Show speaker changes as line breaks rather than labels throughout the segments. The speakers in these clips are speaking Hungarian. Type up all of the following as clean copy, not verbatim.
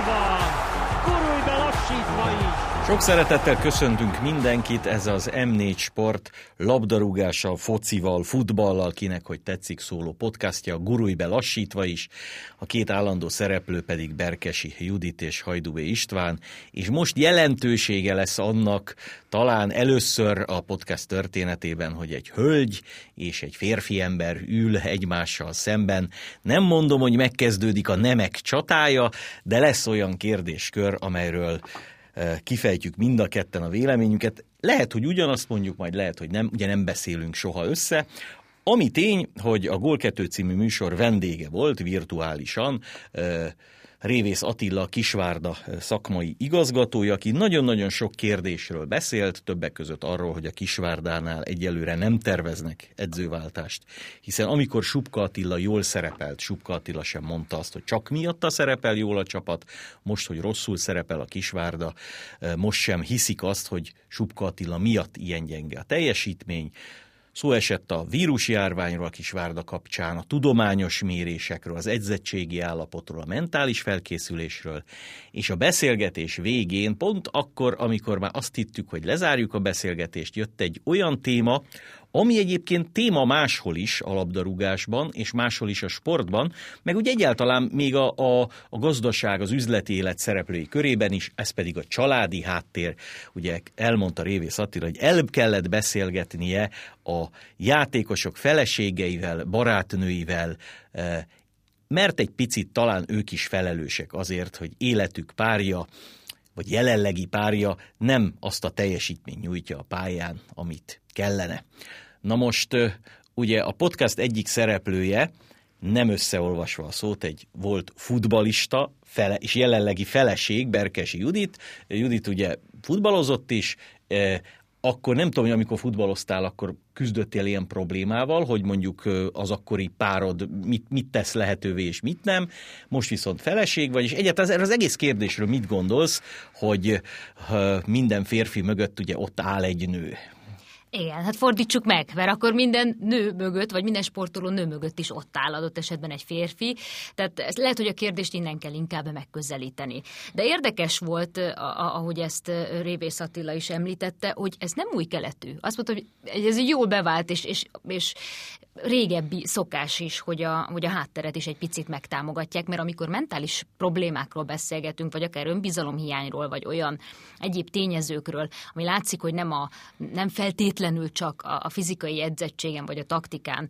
van! Gurulj be lassítva is!
Sok szeretettel köszöntünk mindenkit, ez az M4 Sport labdarúgással, focival, futballal, kinek hogy tetszik szóló podcastja, Gurulj be lassítva is. A két állandó szereplő pedig Berkesi Judit és Hajdúvé István, és most jelentősége lesz annak talán először a podcast történetében, hogy egy hölgy és egy férfi ember ül egymással szemben. Nem mondom, hogy megkezdődik a nemek csatája, de lesz olyan kérdéskör, amelyről kifejtjük mind a ketten a véleményünket. Lehet, hogy ugyanazt mondjuk, majd lehet, hogy nem, ugye nem beszélünk soha össze. Ami tény, hogy a Gól 2 című műsor vendége volt virtuálisan Révész Attila, Kisvárda szakmai igazgatója, aki nagyon-nagyon sok kérdésről beszélt, többek között arról, hogy a Kisvárdánál egyelőre nem terveznek edzőváltást, hiszen amikor Supka Attila jól szerepelt, Supka Attila sem mondta azt, hogy csak miatta szerepel jól a csapat, most, hogy rosszul szerepel a Kisvárda, most sem hiszik azt, hogy Supka Attila miatt ilyen gyenge a teljesítmény. Szó esett a vírusjárványról a Kisvárda kapcsán, a tudományos mérésekről, az edzettségi állapotról, a mentális felkészülésről, és a beszélgetés végén, pont akkor, amikor már azt hittük, hogy lezárjuk a beszélgetést, jött egy olyan téma, ami egyébként téma máshol is a labdarúgásban, és máshol is a sportban, meg úgy egyáltalán még a gazdaság, az üzleti élet szereplői körében is, ez pedig a családi háttér. Ugye elmondta Révész Attila, hogy el kellett beszélgetnie a játékosok feleségeivel, barátnőivel, mert egy picit talán ők is felelősek azért, hogy életük párja, vagy jelenlegi párja nem azt a teljesítményt nyújtja a pályán, amit kellene. Na most ugye a podcast egyik szereplője, nem összeolvasva a szót, egy volt futballista és jelenlegi feleség, Berkesi Judit. Judit ugye futballozott is, akkor nem tudom, hogy amikor futballoztál, akkor küzdöttél ilyen problémával, hogy mondjuk az akkori párod mit tesz lehetővé és mit nem. Most viszont feleség vagy, és egyáltalán az egész kérdésről mit gondolsz, hogy minden férfi mögött ugye ott áll egy nő?
Igen, hát fordítsuk meg, mert akkor minden nő mögött, vagy minden sportoló nő mögött is ott áll adott esetben egy férfi. Tehát lehet, hogy a kérdést innen kell inkább megközelíteni. De érdekes volt, ahogy ezt Révész Attila is említette, hogy ez nem új keletű. Azt mondta, hogy ez jól bevált, és régebbi szokás is, hogy a hátteret is egy picit megtámogatják, mert amikor mentális problémákról beszélgetünk, vagy akár önbizalomhiányról, vagy olyan egyéb tényezőkről, ami látszik, hogy nem feltétlenül csak a fizikai edzettségen, vagy a taktikán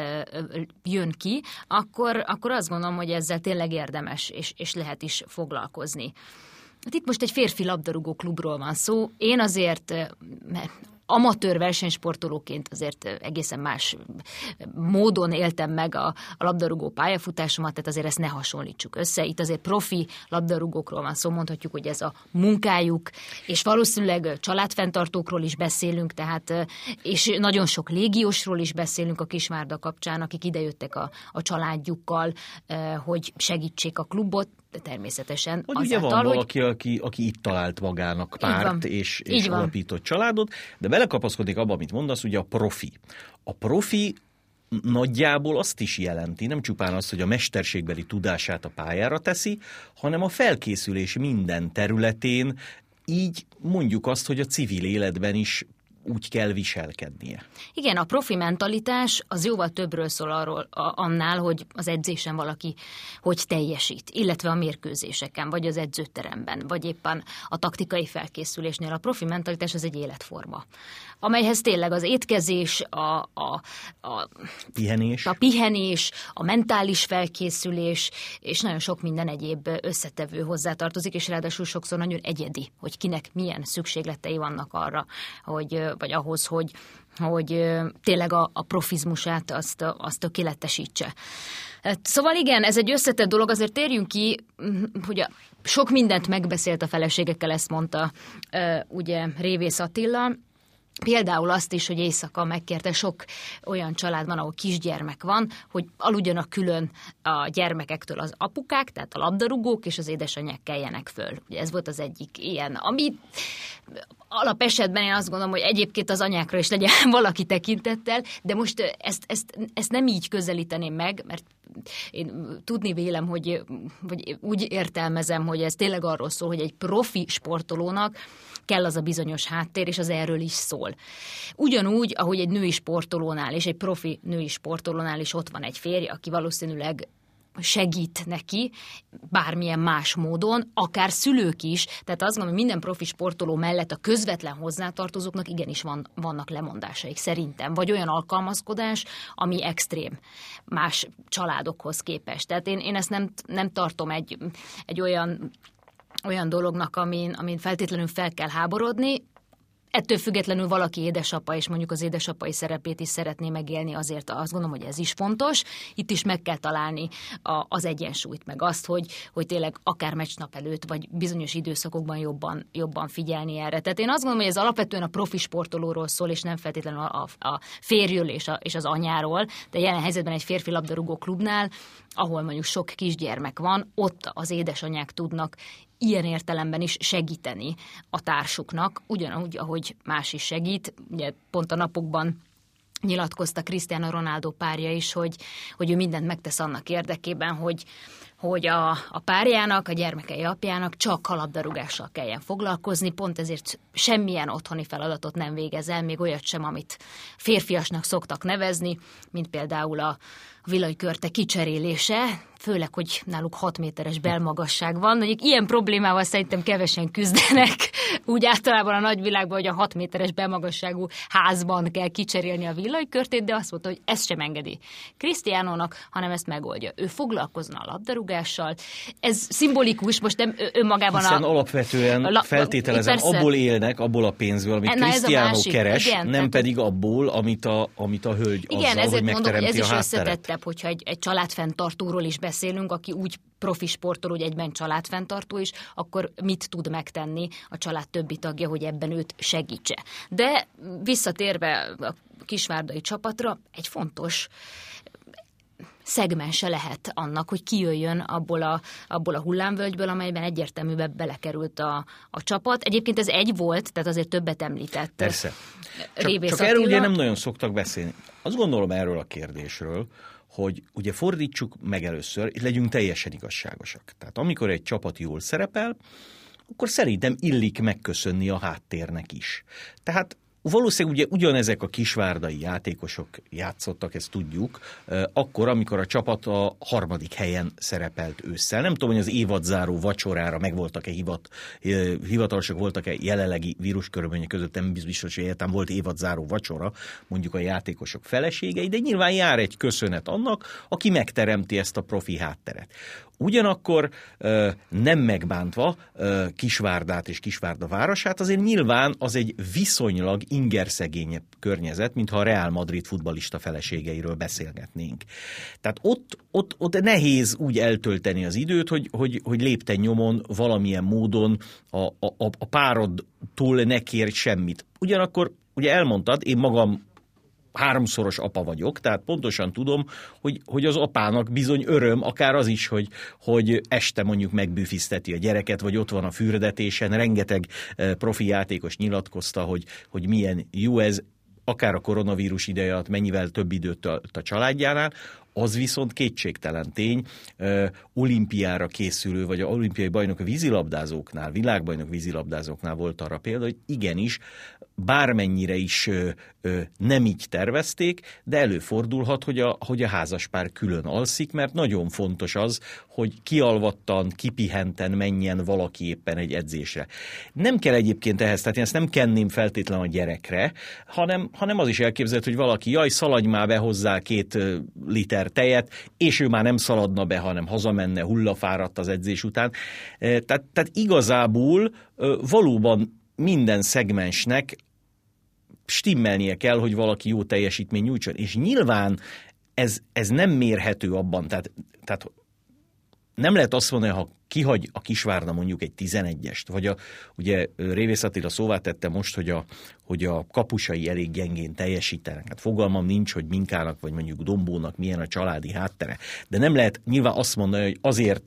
jön ki, akkor azt gondolom, hogy ezzel tényleg érdemes, és lehet is foglalkozni. Hát itt most egy férfi labdarúgó klubról van szó. Én azért amatőr versenysportolóként azért egészen más módon éltem meg a labdarúgó pályafutásomat, tehát azért ezt ne hasonlítsuk össze. Itt azért profi labdarúgókról van szó, mondhatjuk, hogy ez a munkájuk, és valószínűleg családfenntartókról is beszélünk, tehát, és nagyon sok légiósról is beszélünk a Kisvárda kapcsán, akik idejöttek a családjukkal, hogy segítsék a klubot, de természetesen
hogy azáltal, ugye van valaki, aki itt talált magának párt, és alapított családot, de belekapaszkodik abba, amit mondasz, ugye a profi. A profi nagyjából azt is jelenti, nem csupán az, hogy a mesterségbeli tudását a pályára teszi, hanem a felkészülés minden területén, így mondjuk azt, hogy a civil életben is úgy kell viselkednie.
Igen, a profi mentalitás az jóval többről szól annál, hogy az edzésen valaki hogy teljesít, illetve a mérkőzéseken, vagy az edzőteremben, vagy éppen a taktikai felkészülésnél. A profi mentalitás az egy életforma, amelyhez tényleg az étkezés, a pihenés, a mentális felkészülés, és nagyon sok minden egyéb összetevő hozzátartozik, és ráadásul sokszor nagyon egyedi, hogy kinek milyen szükségletei vannak arra, vagy ahhoz, hogy tényleg a profizmusát azt tökéletesítse. Szóval igen, ez egy összetett dolog, azért térjünk ki, hogy sok mindent megbeszélt a feleségekkel, ezt mondta ugye Révész Attila, Például azt is, hogy éjszaka megkérte, sok olyan család van, ahol kisgyermek van, hogy aludjanak külön a gyermekektől az apukák, tehát a labdarúgók, és az édesanyák keljenek föl. Ugye ez volt az egyik ilyen, ami alapesetben én azt gondolom, hogy egyébként az anyákra is legyen valaki tekintettel, de most ezt nem így közelíteném meg, mert én tudni vélem, vagy úgy értelmezem, hogy ez tényleg arról szól, hogy egy profi sportolónak kell az a bizonyos háttér, és az erről is szól. Ugyanúgy, ahogy egy női sportolónál és egy profi női sportolónál is ott van egy férj, aki valószínűleg segít neki bármilyen más módon, akár szülők is, tehát azt gondolom, hogy minden profi sportoló mellett a közvetlen hozzátartozóknak igenis vannak lemondásaik szerintem, vagy olyan alkalmazkodás, ami extrém más családokhoz képest. Tehát én ezt nem tartom egy olyan dolognak, amin feltétlenül fel kell háborodni. Ettől függetlenül valaki édesapa, és mondjuk az édesapai szerepét is szeretné megélni, azért azt gondolom, hogy ez is fontos. Itt is meg kell találni az egyensúlyt, meg azt, hogy tényleg akár meccsnap előtt, vagy bizonyos időszakokban jobban figyelni erre. Tehát én azt gondolom, hogy ez alapvetően a profi sportolóról szól, és nem feltétlenül a férjről és az anyáról, de jelen helyzetben egy férfi labdarúgó klubnál, ahol mondjuk sok kisgyermek van, ott az édesanyák tudnak ilyen értelemben is segíteni a társuknak, ugyanúgy, ahogy más is segít. Ugye pont a napokban nyilatkozta Cristiano Ronaldo párja is, hogy ő mindent megtesz annak érdekében, hogy a párjának, a gyermekei apjának csak a labdarúgással kelljen foglalkozni, pont ezért semmilyen otthoni feladatot nem végez el, még olyat sem, amit férfiasnak szoktak nevezni, mint például a villanykörte kicserélése, főleg, hogy náluk 6 méteres belmagasság van. Mondjuk ilyen problémával szerintem kevesen küzdenek, úgy általában a nagyvilágban, hogy a 6 méteres belmagasságú házban kell kicserélni a villanykörtét, de azt mondta, hogy ezt sem engedi Cristianónak, hanem ezt megoldja. Ő foglalkozna a labdarúgással. Ez szimbolikus, most nem önmagában
hiszen alapvetően feltételezem, abból élnek, abból a pénzből, amit Cristiano keres, igen, nem pedig abból, amit a hölgy
igen,
azzal, hogy megteremti a hátteret.
Ez is összetettebb, hogyha egy családfenntartóról is beszélünk, aki úgy profi sportoló, hogy egyben családfenntartó is, akkor mit tud megtenni a család többi tagja, hogy ebben őt segítse. De visszatérve a kisvárdai csapatra, egy fontos szegmense lehet annak, hogy kijöjjön abból a hullámvölgyből, amelyben egyértelműen belekerült a csapat. Egyébként ez egy volt, tehát azért többet említett.
Persze. Csak erről ugye nem nagyon szoktak beszélni. Azt gondolom erről a kérdésről, hogy ugye fordítsuk meg először, és legyünk teljesen igazságosak. Tehát amikor egy csapat jól szerepel, akkor szerintem illik megköszönni a háttérnek is. Tehát valószínűleg ugye ugyanezek a kisvárdai játékosok játszottak, ezt tudjuk, akkor, amikor a csapat a 3. helyen szerepelt ősszel. Nem tudom, hogy az évadzáró vacsorára megvoltak-e hivatalosak voltak-e jelenlegi víruskörülmények között, nem biztos, hogy egyáltalán volt évadzáró vacsora, mondjuk a játékosok feleségei, de nyilván jár egy köszönet annak, aki megteremti ezt a profi hátteret. Ugyanakkor nem megbántva Kisvárdát és Kisvárda városát, azért nyilván az egy viszonylag ingerszegényebb környezet, mintha a Real Madrid futballista feleségeiről beszélgetnénk. Tehát ott nehéz úgy eltölteni az időt, hogy lépten nyomon valamilyen módon a párodtól ne kérj semmit. Ugyanakkor, ugye elmondtad, én magam 3-szoros apa vagyok, tehát pontosan tudom, hogy az apának bizony öröm, akár az is, hogy este mondjuk megbüfiszteti a gyereket, vagy ott van a fürdetésen, rengeteg profi játékos nyilatkozta, hogy milyen jó ez, akár a koronavírus ideje alatt mennyivel több időt tölt a családjánál. Az viszont kétségtelen tény, olimpiára készülő, vagy a olimpiai bajnok a vízilabdázóknál, világbajnok vízilabdázóknál volt arra példa, hogy igenis, bármennyire is nem így tervezték, de előfordulhat, hogy a házaspár külön alszik, mert nagyon fontos az, hogy kialvattan, kipihenten menjen valaki éppen egy edzésre. Nem kell egyébként ehhez, tehát én ezt nem kenném feltétlenül a gyerekre, hanem az is elképzelhető, hogy valaki, szaladj már be hozzá 2 liter tejet, és ő már nem szaladna be, hanem hazamenne hullafáradt az edzés után. Tehát igazából valóban minden szegmensnek stimmelnie kell, hogy valaki jó teljesítmény nyújtson. És nyilván ez nem mérhető abban, tehát nem lehet azt mondani, ha kihagy a Kisvárda mondjuk egy 11-est, vagy ugye Révész Attila szóvá tette most, hogy a kapusai elég gyengén teljesítenek. Hát fogalmam nincs, hogy Minkának, vagy mondjuk Dombónak milyen a családi háttere. De nem lehet nyilván azt mondani, hogy azért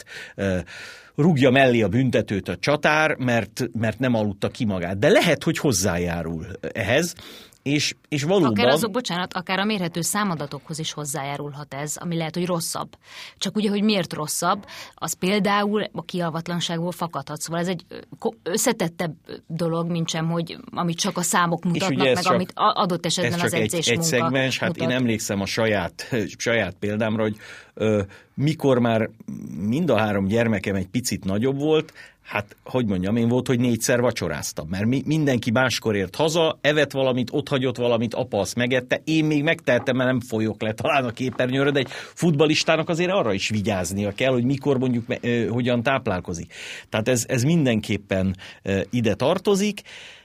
rúgja mellé a büntetőt a csatár, mert nem aludta ki magát. De lehet, hogy hozzájárul ehhez, és valóban...
Akár a mérhető számadatokhoz is hozzájárulhat ez, ami lehet, hogy rosszabb. Csak ugye, hogy miért rosszabb, az például a kialvatlanságból fakadhat. Szóval ez egy összetettebb dolog, mint sem, hogy amit csak a számok mutatnak, meg amit adott esetben az edzésmunka
egy szegmens, hát én emlékszem a saját példámra, hogy mikor már mind a 3 gyermekem egy picit nagyobb volt, hát, hogy mondjam, én volt, hogy 4-szer vacsoráztam, mert mindenki máskor ért haza, evett valamit, otthagyott valamit, apa azt megette, én még megtehetem, mert nem folyok le talán a képernyőre, de egy futballistának azért arra is vigyáznia kell, hogy mikor mondjuk hogyan táplálkozik. Tehát ez mindenképpen ide tartozik.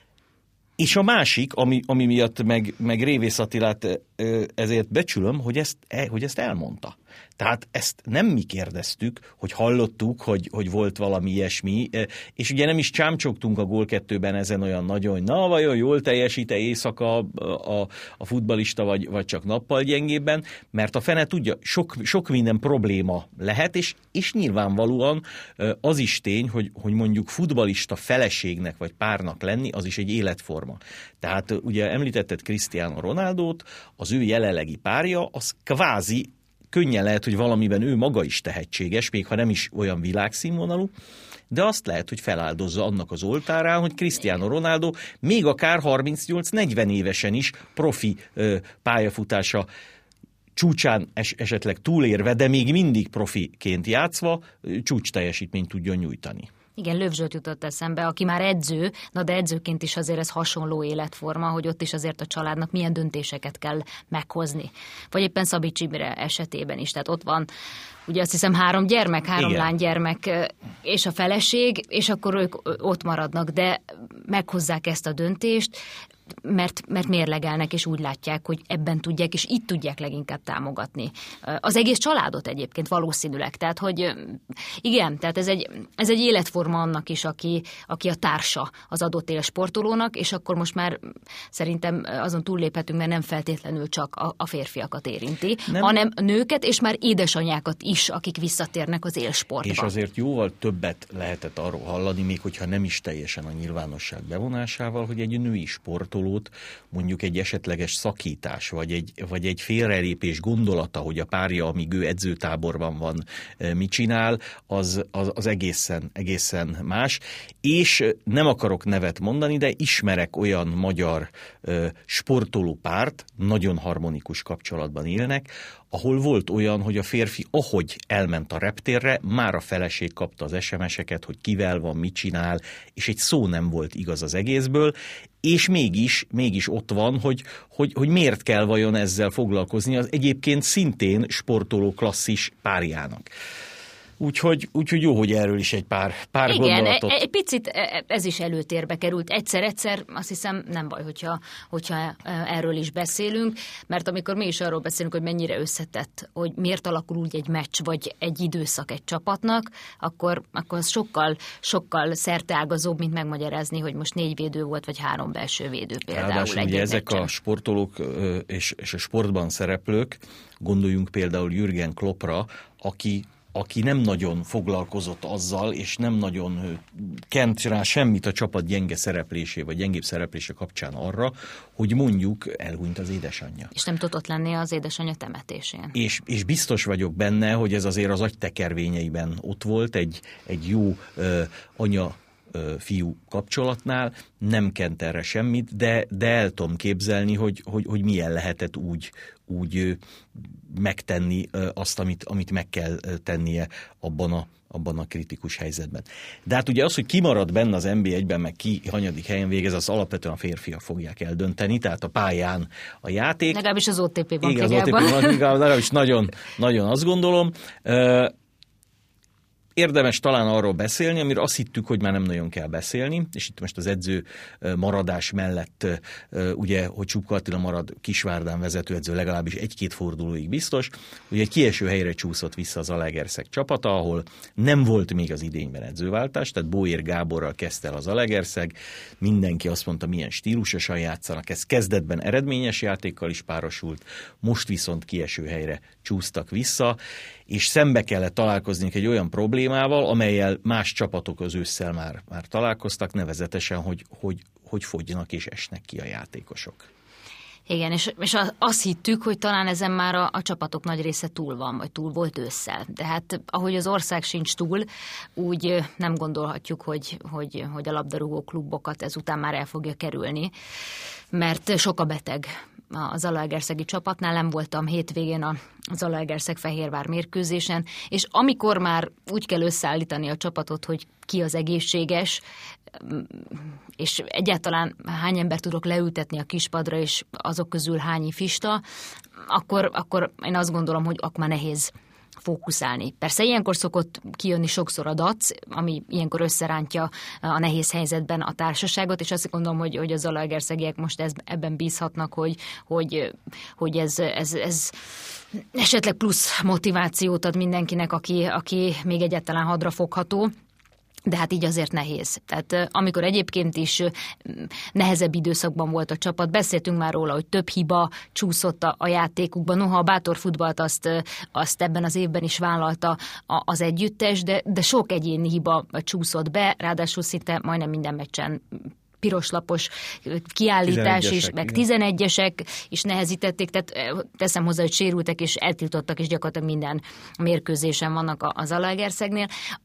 És a másik, ami miatt meg Révész Attilát ezért becsülöm, hogy ezt elmondta. Tehát ezt nem mi kérdeztük, hogy hallottuk, hogy volt valami ilyesmi, és ugye nem is csámcsogtunk a Gól 2-ben ezen olyan nagyon, hogy na vajon jól teljesít-e éjszaka a futballista, vagy csak nappal gyengébben, mert a fene tudja, sok minden probléma lehet, és nyilvánvalóan az is tény, hogy mondjuk futballista feleségnek vagy párnak lenni, az is egy életforma. Tehát ugye említetted Cristiano Ronaldót, az ő jelenlegi párja, az kvázi könnyen lehet, hogy valamiben ő maga is tehetséges, még ha nem is olyan világszínvonalú, de azt lehet, hogy feláldozza annak az oltárán, hogy Cristiano Ronaldo még akár 38-40 évesen is profi pályafutása csúcsán esetleg túlérve, de még mindig profiként játszva csúcs teljesítményt tudjon nyújtani.
Igen, Löw Zsolt jutott eszembe, aki már edző, na de edzőként is azért ez hasonló életforma, hogy ott is azért a családnak milyen döntéseket kell meghozni. Vagy éppen Szabics Imre esetében is, tehát ott van, ugye azt hiszem 3 gyermek, 3 lánygyermek és a feleség, és akkor ők ott maradnak, de meghozzák ezt a döntést, mert mérlegelnek, és úgy látják, hogy ebben tudják, és itt tudják leginkább támogatni. Az egész családot egyébként valószínűleg. Tehát, hogy igen, tehát ez egy életforma annak is, aki a társa az adott élsportolónak, és akkor most már szerintem azon túlléphetünk, mert nem feltétlenül csak a férfiakat érinti, hanem a nőket, és már édesanyákat is, akik visszatérnek az élsportba.
És azért jóval többet lehetett arról hallani, még hogyha nem is teljesen a nyilvánosság bevonásával, hogy egy női sportolót, mondjuk egy esetleges szakítás, vagy egy félrelépés gondolata, hogy a párja, amíg ő edzőtáborban van, mit csinál, az egészen más. És nem akarok nevet mondani, de ismerek olyan magyar sportoló párt, nagyon harmonikus kapcsolatban élnek, ahol volt olyan, hogy a férfi, ahogy elment a reptérre, már a feleség kapta az SMS-eket, hogy kivel van, mit csinál, és egy szó nem volt igaz az egészből, és mégis ott van, hogy miért kell vajon ezzel foglalkozni az egyébként szintén sportoló klasszis párjának. Úgyhogy jó, hogy erről is egy pár gondolatot.
Igen, egy picit ez is előtérbe került. Egyszer, azt hiszem nem baj, hogyha erről is beszélünk, mert amikor mi is arról beszélünk, hogy mennyire összetett, hogy miért alakul úgy egy meccs, vagy egy időszak egy csapatnak, akkor az sokkal szerteágazóbb, mint megmagyarázni, hogy most 4 védő volt, vagy 3 belső védő például.
Ráadásul ugye ezek a sportolók és a sportban szereplők, gondoljunk például Jürgen Kloppra, aki nem nagyon foglalkozott azzal, és nem nagyon kent rá semmit a csapat gyenge szereplésé, vagy gyengébb szereplése kapcsán arra, hogy mondjuk elhunyt az édesanyja. És
nem tudott lenni az édesanyja temetésén.
És biztos vagyok benne, hogy ez azért az agytekervényeiben ott volt, egy jó anya-fiú kapcsolatnál, nem kent erre semmit, de el tudom képzelni, hogy milyen lehetett úgy megtenni azt, amit meg kell tennie abban a kritikus helyzetben. De hát ugye az, hogy ki marad benne az NB1-ben, meg ki hanyadik helyen végez, az alapvetően a férfiak fogják eldönteni, tehát a pályán a játék.
Legalábbis az OTP-ban.
Igen, az OTP-ban, legalábbis nagyon, nagyon azt gondolom. érdemes talán arról beszélni, amiről azt hittük, hogy már nem nagyon kell beszélni, és itt most az edző maradás mellett, ugye, hogy Csupka Attila marad Kisvárdán vezetőedző legalábbis 1-2 fordulóig biztos, ugye egy kieső helyre csúszott vissza az Zalaegerszeg csapata, ahol nem volt még az idényben edzőváltás, tehát Bóér Gáborral kezdte el az Zalaegerszeg, mindenki azt mondta, milyen stílusosan játszanak, ez kezdetben eredményes játékkal is párosult, most viszont kieső helyre csúsztak vissza, és szembe kellett találkozni egy olyan problémával, amellyel más csapatok az ősszel már találkoztak, nevezetesen, hogy fogynak és esnek ki a játékosok.
Igen, és azt hittük, hogy talán ezen már a csapatok nagy része túl van, vagy túl volt ősszel. De hát ahogy az ország sincs túl, úgy nem gondolhatjuk, hogy a labdarúgó klubokat ezután már el fogja kerülni, mert sok a beteg. A Zalaegerszegi csapatnál nem voltam hétvégén a Zalaegerszeg-Fehérvár mérkőzésen, és amikor már úgy kell összeállítani a csapatot, hogy ki az egészséges, és egyáltalán hány ember tudok leültetni a kispadra, és azok közül hány ifista, akkor én azt gondolom, hogy akkor már nehéz fókuszálni. Persze ilyenkor szokott kijönni sokszor a dac, ami ilyenkor összerántja a nehéz helyzetben a társaságot, és azt gondolom, hogy a zalaegerszegiek most ebben bízhatnak, hogy ez esetleg plusz motivációt ad mindenkinek, aki még egyáltalán hadrafogható. De hát így azért nehéz. Tehát amikor egyébként is nehezebb időszakban volt a csapat, beszéltünk már róla, hogy több hiba csúszott a játékukban. Noha a Bátor futballt azt ebben az évben is vállalta az együttes, de sok egyéni hiba csúszott be, ráadásul szinte majdnem minden meccsen piroslapos kiállítás is, meg 11-esek is nehezítették, tehát teszem hozzá, hogy sérültek és eltiltottak, és gyakorlatilag minden mérkőzésen vannak a Zalaegerszegnél,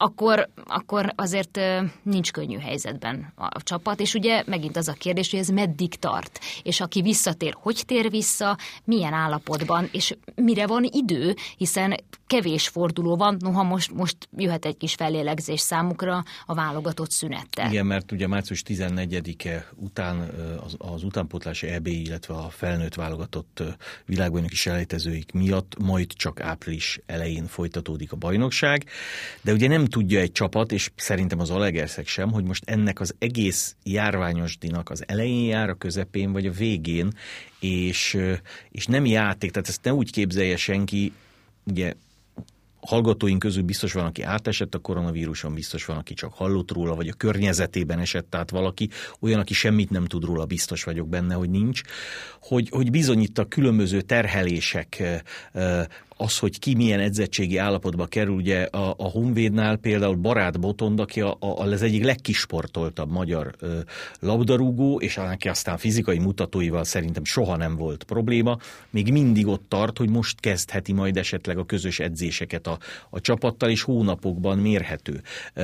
akkor azért nincs könnyű helyzetben a csapat, és ugye megint az a kérdés, hogy ez meddig tart, és aki visszatér, hogy tér vissza, milyen állapotban, és mire van idő, hiszen kevés forduló van, noha most jöhet egy kis fellélegzés számukra a válogatott szünettel.
Igen, mert ugye március 14-e után az utánpótlási EB, illetve a felnőtt válogatott világbajnoki selejtezőik miatt majd csak április elején folytatódik a bajnokság, de ugye nem tudja egy csapat, és szerintem az Zalaegerszeg sem, hogy most ennek az egész járványosdinak az elején jár, a közepén vagy a végén, és nem játék, tehát ezt ne úgy képzelje senki, ugye hallgatóink közül biztos van, aki átesett a koronavíruson, biztos van, aki csak hallott róla, vagy a környezetében esett át valaki, olyan, aki semmit nem tud róla, biztos vagyok benne, hogy nincs, hogy bizony itt a különböző terhelések, az, hogy ki milyen edzettségi állapotba kerül, ugye a Honvédnál például Barát Botond, aki az egyik legkisportoltabb magyar labdarúgó, és neki aztán fizikai mutatóival szerintem soha nem volt probléma, még mindig ott tart, hogy most kezdheti majd esetleg a közös edzéseket a csapattal, és hónapokban mérhető.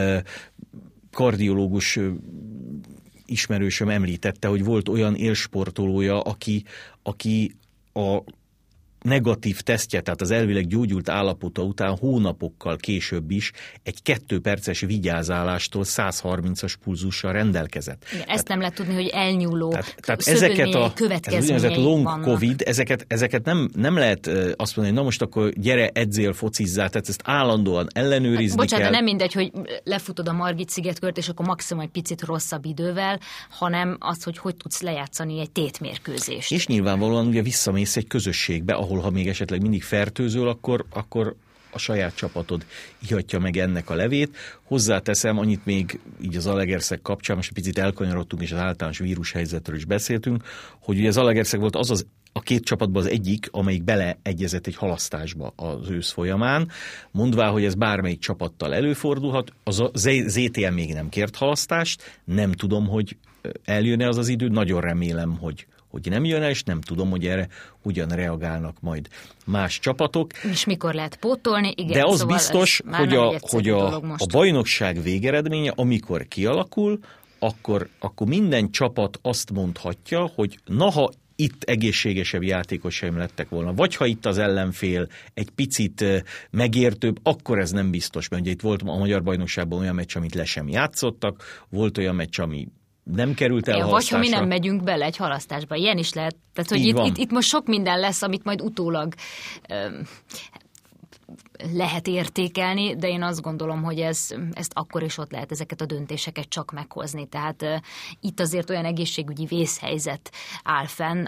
Kardiológus ismerősöm említette, hogy volt olyan élsportolója, aki a negatív tesztje, tehát az elvileg gyógyult állapota után hónapokkal később is egy 2 perces vigyázálástól 130-as pulzussal rendelkezett.
Igen, ezt nem lehet tudni, hogy elnyúló
tehát ezeket
következményei
long
vannak.
COVID, ezeket nem lehet azt mondani, hogy na most akkor gyere, edzél, focizzál, tehát ezt állandóan ellenőrizni
Bocsánat,
kell.
Nem mindegy, hogy lefutod a Margit-szigetkört, és akkor maximum egy picit rosszabb idővel, hanem az, hogy tudsz lejátszani egy tétmérkőzést.
És nyilvánvalóan ugye visszamész egy közösségbe, ahol ha még esetleg mindig fertőzöl, akkor a saját csapatod ihatja meg ennek a levét. Hozzáteszem, annyit még így az Zalaegerszeg kapcsán, most egy picit elkanyarodtunk, és az általános vírushelyzetről is beszéltünk, hogy ugye az Zalaegerszeg volt az a 2 csapatban az egyik, amelyik beleegyezett egy halasztásba az ősz folyamán, mondvá, hogy ez bármelyik csapattal előfordulhat. Az ZTM még nem kért halasztást, nem tudom, hogy eljön-e az idő, nagyon remélem, hogy nem jön el, és nem tudom, hogy erre hogyan reagálnak majd más csapatok.
És mikor lehet pótolni? Igen,
de az
szóval
biztos, hogy a bajnokság végeredménye, amikor kialakul, akkor minden csapat azt mondhatja, hogy ha itt egészségesebb játékosaim lettek volna, vagy ha itt az ellenfél egy picit megértőbb, akkor ez nem biztos, mert ugye itt volt a magyar bajnokságban olyan meccs, amit le sem játszottak, volt olyan meccs, ami nem került el halasztásra.
Vagy ha mi nem megyünk bele egy halasztásba. Ilyen is lehet. Tehát, hogy itt most sok minden lesz, amit majd utólag lehet értékelni, de én azt gondolom, hogy ezt akkor is ott lehet ezeket a döntéseket csak meghozni. Tehát itt azért olyan egészségügyi vészhelyzet áll fenn,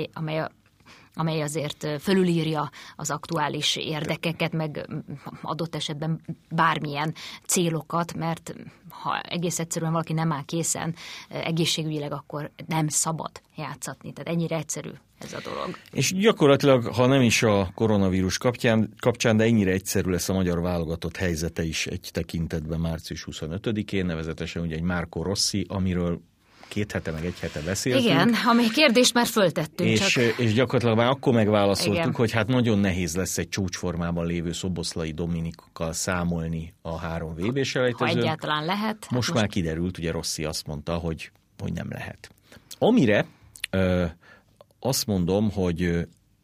amely azért fölülírja az aktuális érdekeket, meg adott esetben bármilyen célokat, mert ha egész egyszerűen valaki nem áll készen egészségügyileg, akkor nem szabad játszatni. Tehát ennyire egyszerű ez a dolog.
És gyakorlatilag, ha nem is a koronavírus kapcsán, de ennyire egyszerű lesz a magyar válogatott helyzete is egy tekintetben március 25-én, nevezetesen ugye egy Marco Rossi, amiről 2 hete, meg 1 hete beszéltünk.
Igen, ami kérdést már föltettünk.
És gyakorlatilag már akkor megválaszoltuk,
igen,
hogy hát nagyon nehéz lesz egy csúcsformában lévő Szoboszlai Dominikokkal számolni a 3 VB-s elejtezőn.
Ha egyáltalán lehet.
Most már kiderült, ugye Rossi azt mondta, hogy nem lehet. Amire azt mondom, hogy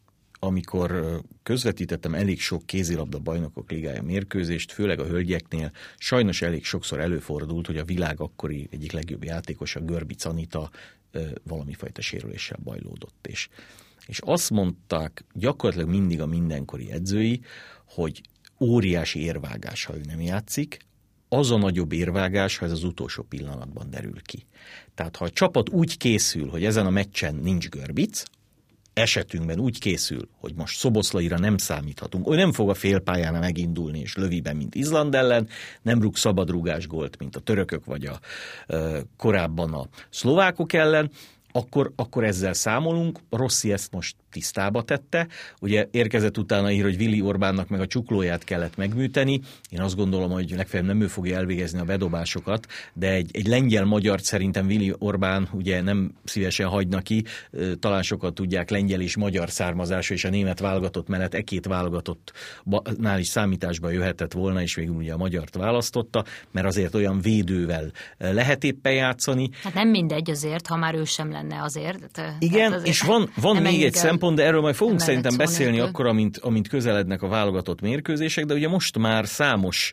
amikor közvetítettem elég sok kézilabda bajnokok ligája mérkőzést, főleg a hölgyeknél, sajnos elég sokszor előfordult, hogy a világ akkori egyik legjobb játékosa, Görbic Anita valamifajta sérüléssel bajlódott. És azt mondták gyakorlatilag mindig a mindenkori edzői, hogy óriási érvágás, ha ő nem játszik, az a nagyobb érvágás, ha ez az utolsó pillanatban derül ki. Tehát ha a csapat úgy készül, hogy ezen a meccsen nincs Görbic, esetünkben úgy készül, hogy most Szoboszlaira nem számíthatunk, ő nem fog a félpályán megindulni és löviben, mint Izland ellen, nem rúg szabadrúgás gólt, mint a törökök vagy korábban a szlovákok ellen, akkor ezzel számolunk. Rossi ezt most tisztába tette. Ugye érkezett utána hír, hogy Vili Orbánnak meg a csuklóját kellett megműteni. Én azt gondolom, hogy legfeljebb nem ő fogja elvégezni a bedobásokat, de egy lengyel-magyart szerintem Vili Orbán ugye nem szívesen hagyna ki. Talán sokan tudják, lengyel és magyar származású, és a német válogatott mellett 2 válogatottnál is számításba jöhetett volna, és végül ugye a magyart választotta, mert azért olyan védővel lehet éppen játszani.
Hát nem mindegy azért, ha már ő sem lenne azért.
Igen,
azért
és van még egy szempont, de erről majd fogunk szerintem beszélni
nélkül.
akkor, amint közelednek a válogatott mérkőzések, de ugye most már számos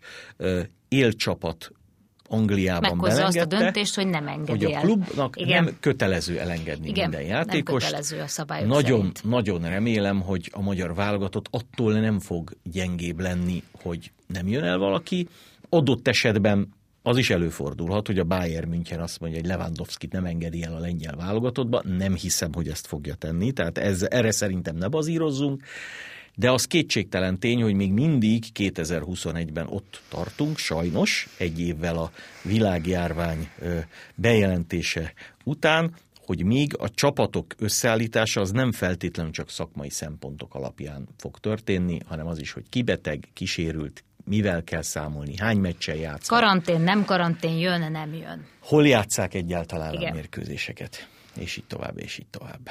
élcsapat Angliában
meghozza azt a
belengedte,
döntést, hogy nem engedi
hogy a klubnak
igen,
nem kötelező elengedni minden játékost.
Nem kötelező a szabályok szerint.
Nagyon remélem, hogy a magyar válogatott attól nem fog gyengébb lenni, hogy nem jön el valaki. Adott esetben az is előfordulhat, hogy a Bayern München azt mondja, hogy Lewandowskit nem engedi el a lengyel válogatottba. Nem hiszem, hogy ezt fogja tenni, tehát erre szerintem ne bazírozzunk. De az kétségtelen tény, hogy még mindig 2021-ben ott tartunk, sajnos, 1 évvel a világjárvány bejelentése után, hogy még a csapatok összeállítása az nem feltétlenül csak szakmai szempontok alapján fog történni, hanem az is, hogy ki beteg, ki sérült, mivel kell számolni, hány meccsen játsznak.
Karantén, nem karantén, jön, nem jön.
Hol játsszák egyáltalán
igen,
a mérkőzéseket, és így tovább, és így tovább.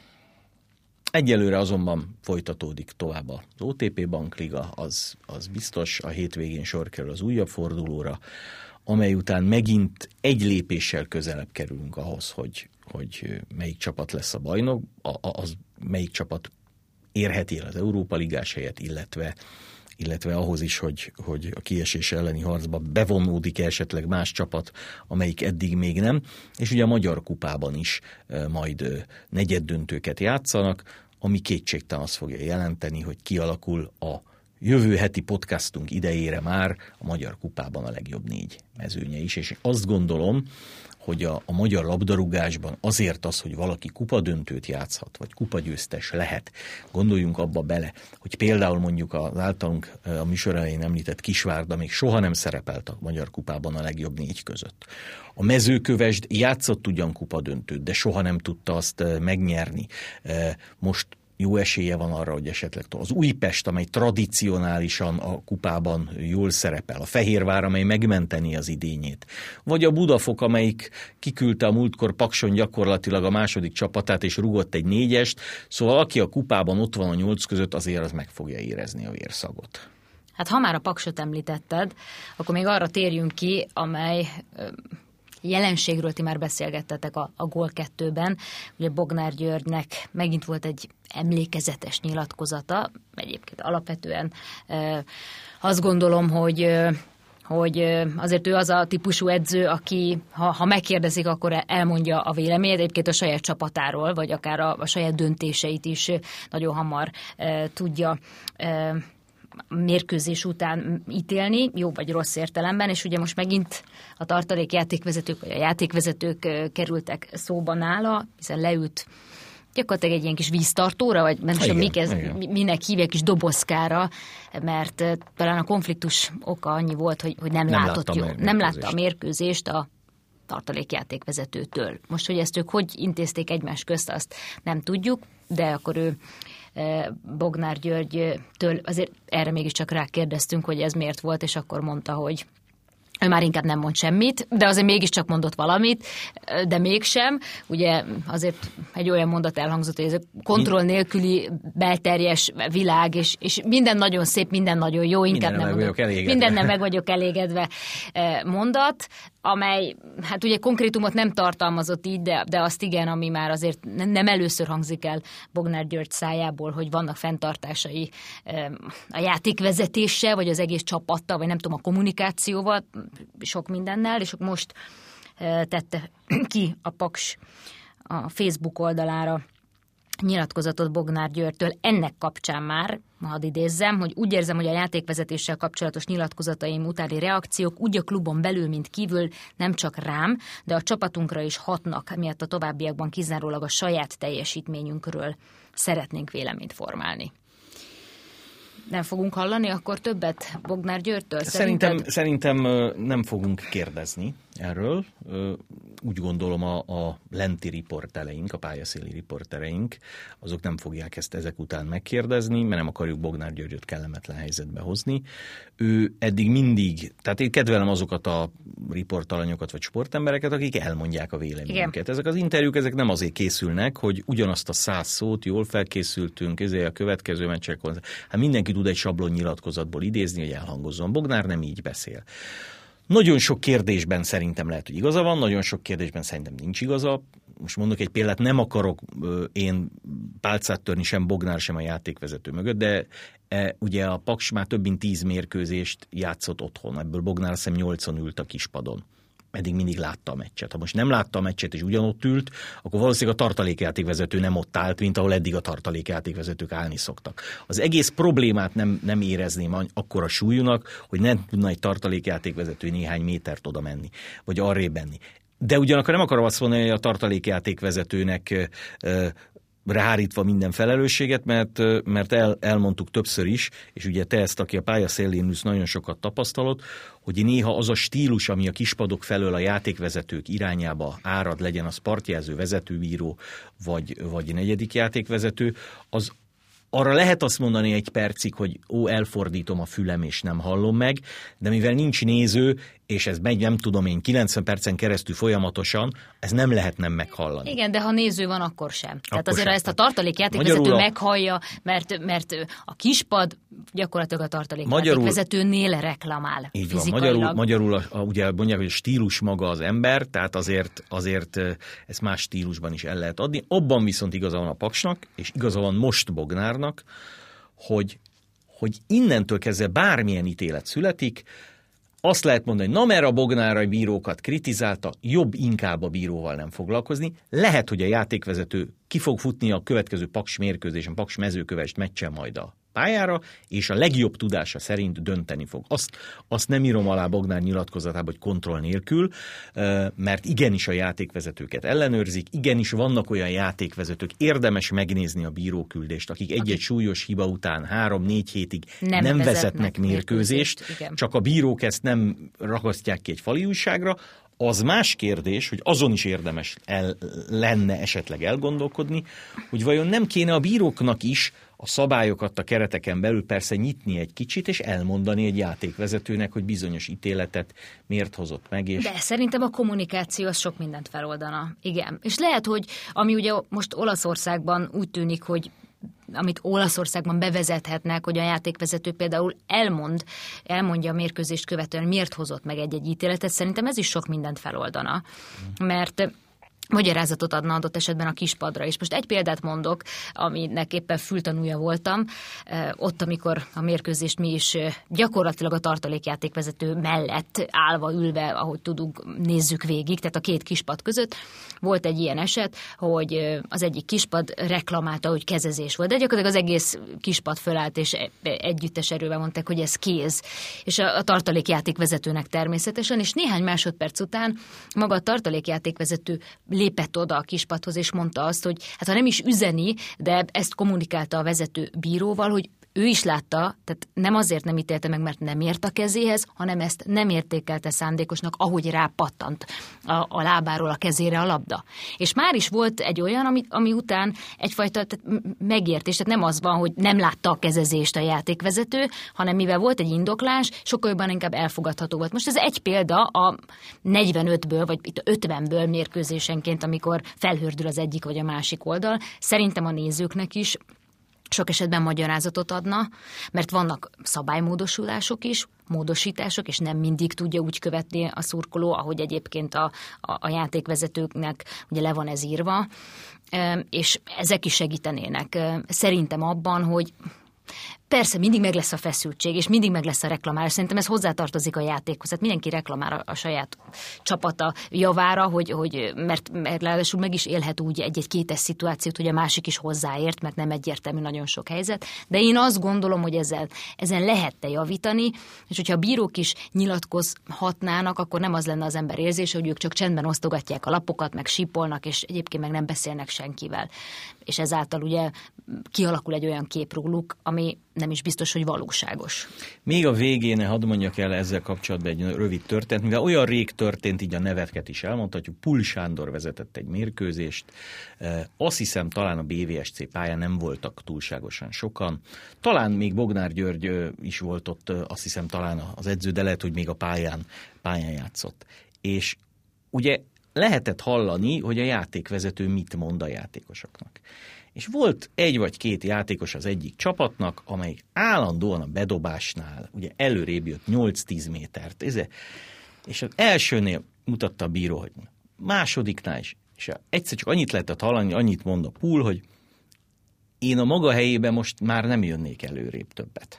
Egyelőre azonban folytatódik tovább az OTP Bankliga, az biztos, a hétvégén sor kerül az újabb fordulóra, amely után megint egy lépéssel közelebb kerülünk ahhoz, hogy melyik csapat lesz a bajnok, melyik csapat érheti el az Európa Ligás helyet, illetve ahhoz is, hogy a kiesés elleni harcba bevonódik esetleg más csapat, amelyik eddig még nem, és ugye a Magyar Kupában is majd negyeddöntőket játszanak, ami kétségtelen azt fogja jelenteni, hogy kialakul a jövő heti podcastunk idejére már a Magyar Kupában a legjobb 4 mezőnye is, és azt gondolom, hogy a magyar labdarúgásban azért az, hogy valaki kupadöntőt játszhat, vagy kupagyőztes lehet, gondoljunk abba bele, hogy például mondjuk az általunk a műsor elején említett Kisvárda még soha nem szerepelt a Magyar Kupában a legjobb 4 között. A Mezőkövesd játszott ugyan kupadöntőt, de soha nem tudta azt megnyerni. Most jó esélye van arra, hogy esetleg az Újpest, amely tradicionálisan a kupában jól szerepel, a Fehérvár, amely megmenteni az idényét, vagy a Budafok, amelyik kiküldte a múltkor Pakson gyakorlatilag a második csapatát, és rugott egy 4-est, szóval aki a kupában ott van a 8 között, azért az meg fogja érezni a vérszagot.
Hát ha már a Paksot említetted, akkor még arra térjünk ki, amely jelenségről ti már beszélgettetek a Gól 2-ben. Ugye Bognár Györgynek megint volt egy emlékezetes nyilatkozata, egyébként alapvetően azt gondolom, hogy azért ő az a típusú edző, aki ha megkérdezik, akkor elmondja a véleményét, egyébként a saját csapatáról, vagy akár a saját döntéseit is nagyon hamar tudja mérkőzés után ítélni, jó vagy rossz értelemben, és ugye most megint a tartalék játékvezetők, vagy a játékvezetők kerültek szóba nála, hiszen leült gyakorlatilag egy ilyen kis víztartóra, vagy nem tudom, minek hívják, kis dobozkára, mert talán a konfliktus oka annyi volt, hogy nem látta a mérkőzést a tartalékjátékvezetőtől. Most, hogy ezt ők hogy intézték egymás közt, azt nem tudjuk, de akkor ő Bognár Györgytől azért erre mégiscsak rákérdeztünk, hogy ez miért volt, és akkor mondta, hogy ő már inkább nem mond semmit, de azért mégiscsak mondott valamit, de mégsem. Ugye azért egy olyan mondat elhangzott, hogy ez a kontroll nélküli belterjes világ, és minden nagyon szép, minden nagyon jó, inkább minden nem meg vagyok elégedve mondat, amely hát ugye konkrétumot nem tartalmazott így, de azt igen, ami már azért nem először hangzik el Bognár György szájából, hogy vannak fenntartásai a játékvezetéssel, vagy az egész csapattal, vagy nem tudom, a kommunikációval, sok mindennel, és most tette ki a Paks a Facebook oldalára nyilatkozatot Bognár Györgytől ennek kapcsán már, hadd idézzem, hogy úgy érzem, hogy a játékvezetéssel kapcsolatos nyilatkozataim utáni reakciók úgy a klubon belül, mint kívül nem csak rám, de a csapatunkra is hatnak, miatt a továbbiakban kizárólag a saját teljesítményünkről szeretnénk véleményt formálni. Nem fogunk hallani akkor többet Bognár Györgytől?
Szerintem nem fogunk kérdezni erről. Úgy gondolom a lenti riportereink, a pályaszéli riportereink, azok nem fogják ezt ezek után megkérdezni, mert nem akarjuk Bognár Györgyöt kellemetlen helyzetbe hozni. Ő eddig mindig, tehát én kedvelem azokat a riportalanyokat vagy sportembereket, akik elmondják a véleményüket. Igen. Ezek az interjúk, ezek nem azért készülnek, hogy ugyanazt a 100 szót jól felkészültünk, ezért a következő meccsekon. Hát mindenki tud egy sablon nyilatkozatból idézni, hogy elhangozzon. Bognár nem így beszél. Nagyon sok kérdésben szerintem lehet, hogy igaza van, nagyon sok kérdésben szerintem nincs igaza. Most mondok egy példát, nem akarok én pálcát törni sem Bognár, sem a játékvezető mögött, de ugye a Paks már több mint 10 mérkőzést játszott otthon, ebből Bognár azt hiszem 8-on ült a kispadon. Eddig mindig látta a meccset. Ha most nem látta a meccset és ugyanott ült, akkor valószínűleg a tartalékjátékvezető nem ott állt, mint ahol eddig a tartalékjátékvezetők állni szoktak. Az egész problémát nem érezném akkora súlyúnak, hogy nem tudna egy tartalékjátékvezető néhány métert oda menni, vagy arrébb menni. De ugyanakkor nem akarom azt mondani, hogy a tartalékjátékvezetőnek rehárítva minden felelősséget, mert elmondtuk többször is, és ugye te ezt, aki a pálya szélén ülsz, nagyon sokat tapasztalod, hogy néha az a stílus, ami a kispadok felől a játékvezetők irányába árad, legyen az partjelző, vezetőbíró, vagy negyedik játékvezető, az arra lehet azt mondani egy percig, hogy elfordítom a fülem és nem hallom meg, de mivel nincs néző, és ez megy, nem tudom én, 90 percen keresztül folyamatosan, ez nem lehet nem meghallani. Igen,
de ha néző van, akkor sem. Tehát azért ezt a tartalékjátékvezető meghallja, mert a kispad gyakorlatilag a tartalékjátékvezetőnél reklamál fizikailag.
Magyarul ugye mondják, hogy a stílus maga az ember, tehát azért ezt más stílusban is el lehet adni. Abban viszont igaza van a Paksnak, és igaza van most Bognárnak, hogy innentől kezdve bármilyen ítélet születik, azt lehet mondani, hogy mert a Bognár a bírókat kritizálta, jobb inkább a bíróval nem foglalkozni. Lehet, hogy a játékvezető ki fog futni a következő Paks mérkőzésen, Paks Mezőkövesd meccsen majd a pályára, és a legjobb tudása szerint dönteni fog. Azt nem írom alá Bognár nyilatkozatába, hogy kontroll nélkül, mert igenis a játékvezetőket ellenőrzik, igenis vannak olyan játékvezetők, érdemes megnézni a bíróküldést, akik egy-egy súlyos hiba után 3-4 hétig nem vezetnek mérkőzést, csak a bírók ezt nem ragasztják ki egy fali újságra. Az más kérdés, hogy azon is érdemes lenne esetleg elgondolkodni, hogy vajon nem kéne a bíróknak is a szabályokat a kereteken belül persze nyitni egy kicsit, és elmondani egy játékvezetőnek, hogy bizonyos ítéletet miért hozott meg. És...
De szerintem a kommunikáció az sok mindent feloldana. Igen. És lehet, hogy ami ugye most Olaszországban úgy tűnik, hogy amit Olaszországban bevezethetnek, hogy a játékvezető például elmondja a mérkőzést követően, miért hozott meg egy-egy ítéletet, szerintem ez is sok mindent feloldana. Mert magyarázatot adna adott esetben a kispadra. És most egy példát mondok, aminek éppen fültanúja voltam. Ott, amikor a mérkőzést mi is gyakorlatilag a tartalékjátékvezető mellett állva, ülve, ahogy tudunk, nézzük végig, tehát a két kispad között volt egy ilyen eset, hogy az egyik kispad reklamálta, hogy kezezés volt, de gyakorlatilag az egész kispad fölállt, és együttes erővel mondták, hogy ez kéz. És a tartalékjátékvezetőnek természetesen, és néhány másodperc után maga a tartalékjátékvezető lépett oda a kispadhoz, és mondta azt, hogy hát ha nem is üzeni, de ezt kommunikálta a vezető bíróval, hogy ő is látta, tehát nem azért nem ítélte meg, mert nem ért a kezéhez, hanem ezt nem értékelte szándékosnak, ahogy rápattant a lábáról a kezére a labda. És már is volt egy olyan, ami után egyfajta megértés, tehát nem az van, hogy nem látta a kezezést a játékvezető, hanem mivel volt egy indoklás, sokkal jobban inkább elfogadható volt. Most ez egy példa a 45-ből, vagy itt 50-ből mérkőzésenként, amikor felhördül az egyik vagy a másik oldal. Szerintem a nézőknek is sok esetben magyarázatot adna, mert vannak szabálymódosulások is, módosítások, és nem mindig tudja úgy követni a szurkoló, ahogy egyébként a játékvezetőknek ugye le van ez írva, és ezek is segítenének szerintem abban, hogy persze, mindig meg lesz a feszültség, és mindig meg lesz a reklamálás. Szerintem ez hozzátartozik a játékhoz. Hát mindenki reklamál a saját csapata javára, mert ráadásul meg is élhet úgy egy kétes szituációt, hogy a másik is hozzáért, mert nem egyértelmű nagyon sok helyzet. De én azt gondolom, hogy ezen lehetne javítani, és hogyha a bírók is nyilatkozhatnának, akkor nem az lenne az ember érzése, hogy ők csak csendben osztogatják a lapokat, meg sípolnak, és egyébként meg nem beszélnek senkivel. És ezáltal ugye kialakul egy olyan kép róluk, ami nem is biztos, hogy valóságos.
Még a végén hadd mondjak el ezzel kapcsolatban egy rövid történet, mivel olyan rég történt, így a neveket is elmondhatjuk. Pul Sándor vezetett egy mérkőzést. Azt hiszem, talán a BVSC pályán nem voltak túlságosan sokan. Talán még Bognár György is volt ott, azt hiszem talán az edző, de lehet, hogy még a pályán játszott. És ugye lehetett hallani, hogy a játékvezető mit mond a játékosoknak. És volt egy vagy két játékos az egyik csapatnak, amelyik állandóan a bedobásnál ugye előrébb jött 8-10 métert. És az elsőnél mutatta a bíró, hogy másodiknál is. És egyszer csak annyit lehetett hallani, annyit mond a Pul, hogy én a maga helyében most már nem jönnék előrébb többet.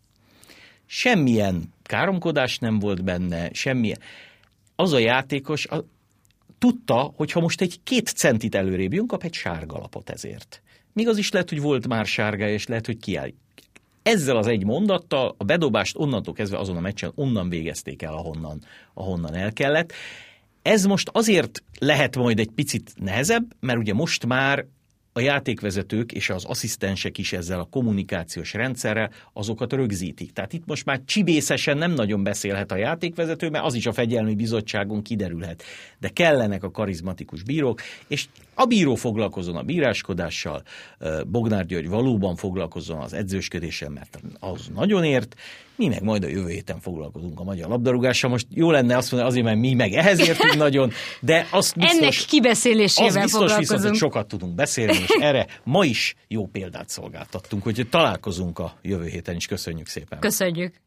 Semmilyen káromkodás nem volt benne, semmilyen. Az a játékos tudta, hogy ha most egy 2 centit előrébb jön, kap egy sárga lapot ezért. Még az is lehet, hogy volt már sárga, és lehet, hogy kiáll. Ezzel az egy mondattal a bedobást onnantól kezdve azon a meccsen onnan végezték el, ahonnan el kellett. Ez most azért lehet majd egy picit nehezebb, mert ugye most már a játékvezetők és az asszisztensek is ezzel a kommunikációs rendszerrel azokat rögzítik. Tehát itt most már csibészesen nem nagyon beszélhet a játékvezető, mert az is a fegyelmi bizottságon kiderülhet. De kellenek a karizmatikus bírók, és a bíró foglalkozzon a bíráskodással, Bognár György valóban foglalkozzon az edzősködéssel, mert az nagyon ért, mi meg majd a jövő héten foglalkozunk a magyar labdarúgással. Most jó lenne azt mondani, azért, mert mi meg ehhez értünk nagyon, de azt biztos,
ennek kibeszélésével
az biztos
foglalkozunk.
Viszont, hogy sokat tudunk beszélni, és erre ma is jó példát szolgáltattunk, hogy találkozunk a jövő héten is. Köszönjük szépen.
Köszönjük.